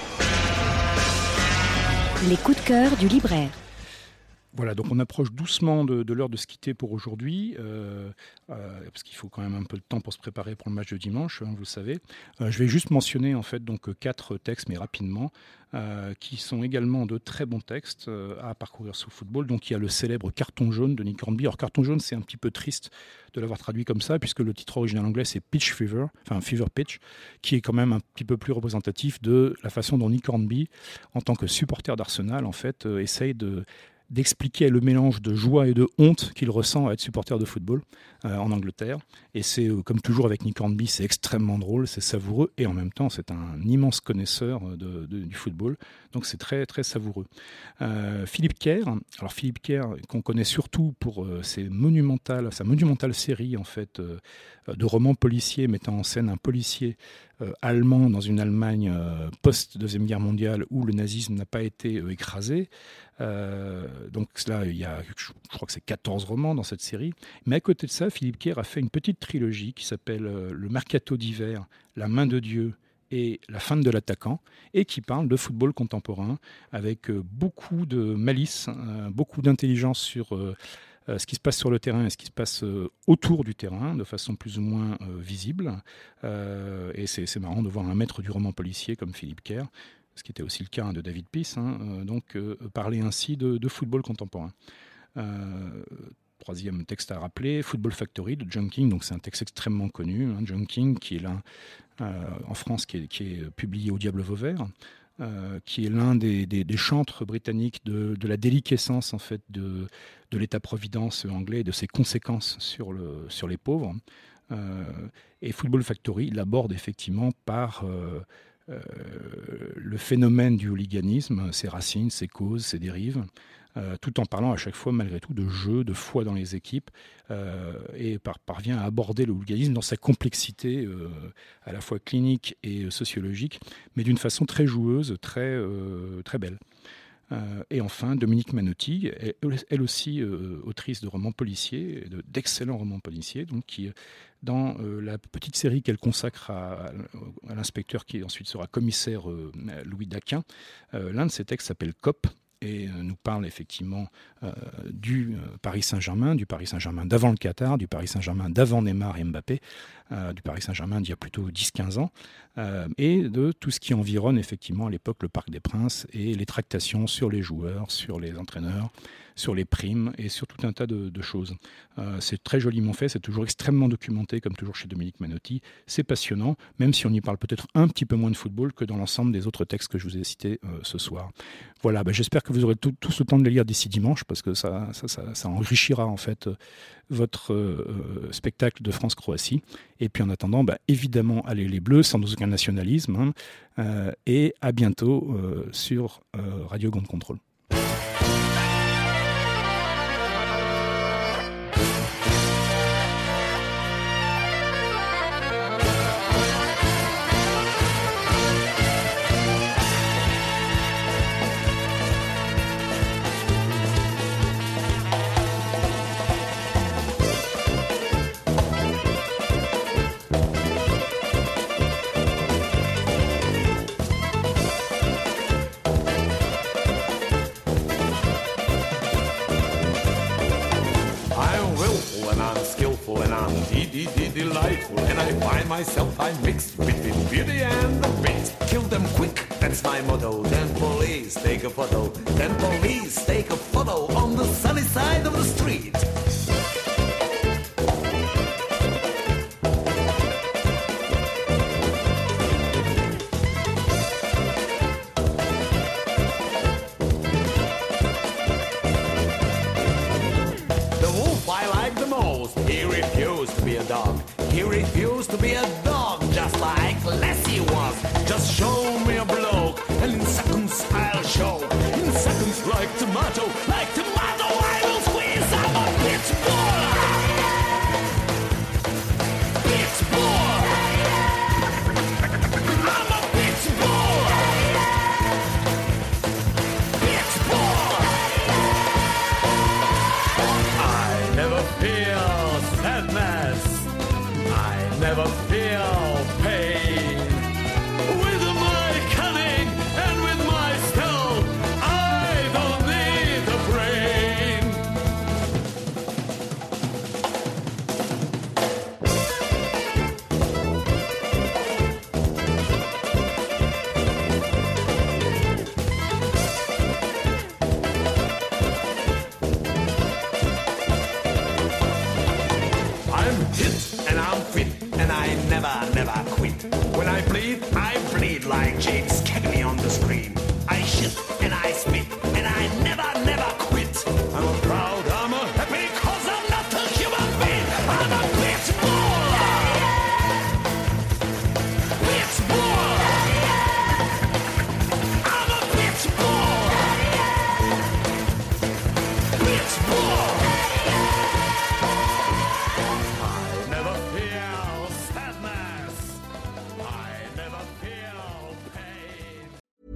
Les coups de cœur du libraire. Voilà, donc on approche doucement de l'heure de se quitter pour aujourd'hui, parce qu'il faut quand même un peu de temps pour se préparer pour le match de dimanche, vous le savez. Je vais juste mentionner en fait donc 4 textes, mais rapidement, qui sont également de très bons textes à parcourir sous football. Donc il y a le célèbre Carton jaune de Nick Hornby. Alors Carton jaune, c'est un petit peu triste de l'avoir traduit comme ça, puisque le titre original anglais c'est Pitch Fever, enfin Fever Pitch, qui est quand même un petit peu plus représentatif de la façon dont Nick Hornby, en tant que supporter d'Arsenal, en fait, essaye d'expliquer le mélange de joie et de honte qu'il ressent à être supporter de football en Angleterre. Et c'est, comme toujours avec Nick Hornby, c'est extrêmement drôle, c'est savoureux, et en même temps, c'est un immense connaisseur du football. Donc c'est très, très savoureux. Philippe Kerr, alors Philippe Kerr, qu'on connaît surtout pour sa monumentale série, en fait, de romans policiers mettant en scène un policier allemand dans une Allemagne post-Deuxième Guerre mondiale où le nazisme n'a pas été écrasé. Donc là, il y a, je crois que c'est 14 romans dans cette série. Mais à côté de ça, Philippe Kerr a fait une petite trilogie qui s'appelle Le Mercato d'hiver, La main de Dieu et La fin de l'attaquant, et qui parle de football contemporain avec beaucoup de malice, beaucoup d'intelligence sur ce qui se passe sur le terrain et ce qui se passe autour du terrain, de façon plus ou moins visible. Et c'est marrant de voir un maître du roman policier comme Philippe Kerr, ce qui était aussi le cas de David Peace, parler ainsi de football contemporain. Troisième texte à rappeler, Football Factory de John King. Donc c'est un texte extrêmement connu. John King, qui est là en France, qui est publié au Diable Vauvert, qui est l'un des chantres britanniques de la déliquescence en fait de l'État-providence anglais et de ses conséquences sur les pauvres. Et Football Factory l'aborde effectivement par le phénomène du hooliganisme, ses racines, ses causes, ses dérives, tout en parlant à chaque fois malgré tout de jeu, de foi dans les équipes, et parvient à aborder le hooliganisme dans sa complexité à la fois clinique et sociologique, mais d'une façon très joueuse, très belle. Et enfin, Dominique Manotti, elle aussi autrice de romans policiers, d'excellents romans policiers, donc qui, dans la petite série qu'elle consacre à l'inspecteur qui ensuite sera commissaire Louis Daquin, l'un de ses textes s'appelle Cop, et nous parle effectivement du Paris Saint-Germain d'avant le Qatar, du Paris Saint-Germain d'avant Neymar et Mbappé, du Paris Saint-Germain d'il y a plutôt 10-15 ans, et de tout ce qui environne effectivement à l'époque le Parc des Princes et les tractations sur les joueurs, sur les entraîneurs, sur les primes et sur tout un tas de choses. C'est très joliment fait, c'est toujours extrêmement documenté, comme toujours chez Dominique Manotti. C'est passionnant, même si on y parle peut-être un petit peu moins de football que dans l'ensemble des autres textes que je vous ai cités ce soir. Voilà, j'espère que vous aurez tous le temps de les lire d'ici dimanche, parce que ça enrichira en fait votre spectacle de France-Croatie. Et puis en attendant, évidemment, allez les Bleus, sans aucun nationalisme, et à bientôt sur Radio Ground Control. Delightful, and I find myself I'm mixed between beauty and the beast. Kill them quick, that's my motto. Then police take a photo. Then police take a photo on the sunny side of the street. The wolf I like the most. He refused to be a dog. He refused to be a dog, just like Lassie was. Just show me a bloke, and in seconds I'll show. In seconds, like tomato, I will squeeze. I'm a bitch boy. Bitch boy. I'm a bitch never quit. When I bleed like James Cagney on the screen. I shit and I spit and I never quit. I'm a proud, I'm a happy, cause I'm not a human being. I'm a bitch bull. Bitch bull. I'm a bitch bull. Bitch bull. I never feel sadness. I never feel pain.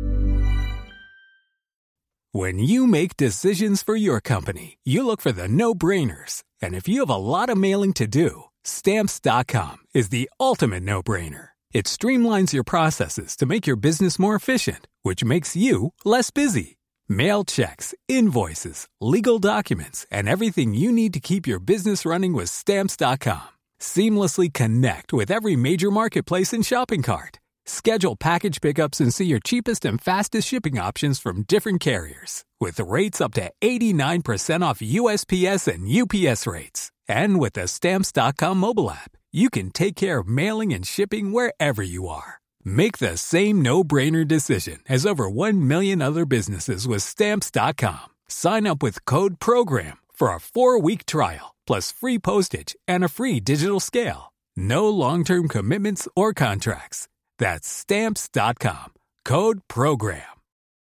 When you make decisions for your company, you look for the no-brainers. And if you have a lot of mailing to do, Stamps.com is the ultimate no-brainer. It streamlines your processes to make your business more efficient, which makes you less busy. Mail checks, invoices, legal documents, and everything you need to keep your business running with Stamps.com. Seamlessly connect with every major marketplace and shopping cart. Schedule package pickups and see your cheapest and fastest shipping options from different carriers. With rates up to 89% off USPS and UPS rates. And with the Stamps.com mobile app, you can take care of mailing and shipping wherever you are. Make the same no-brainer decision as over 1 million other businesses with Stamps.com. Sign up with code PROGRAM for a 4-week trial, plus free postage and a free digital scale. No long-term commitments or contracts. That's Stamps.com. Code PROGRAM.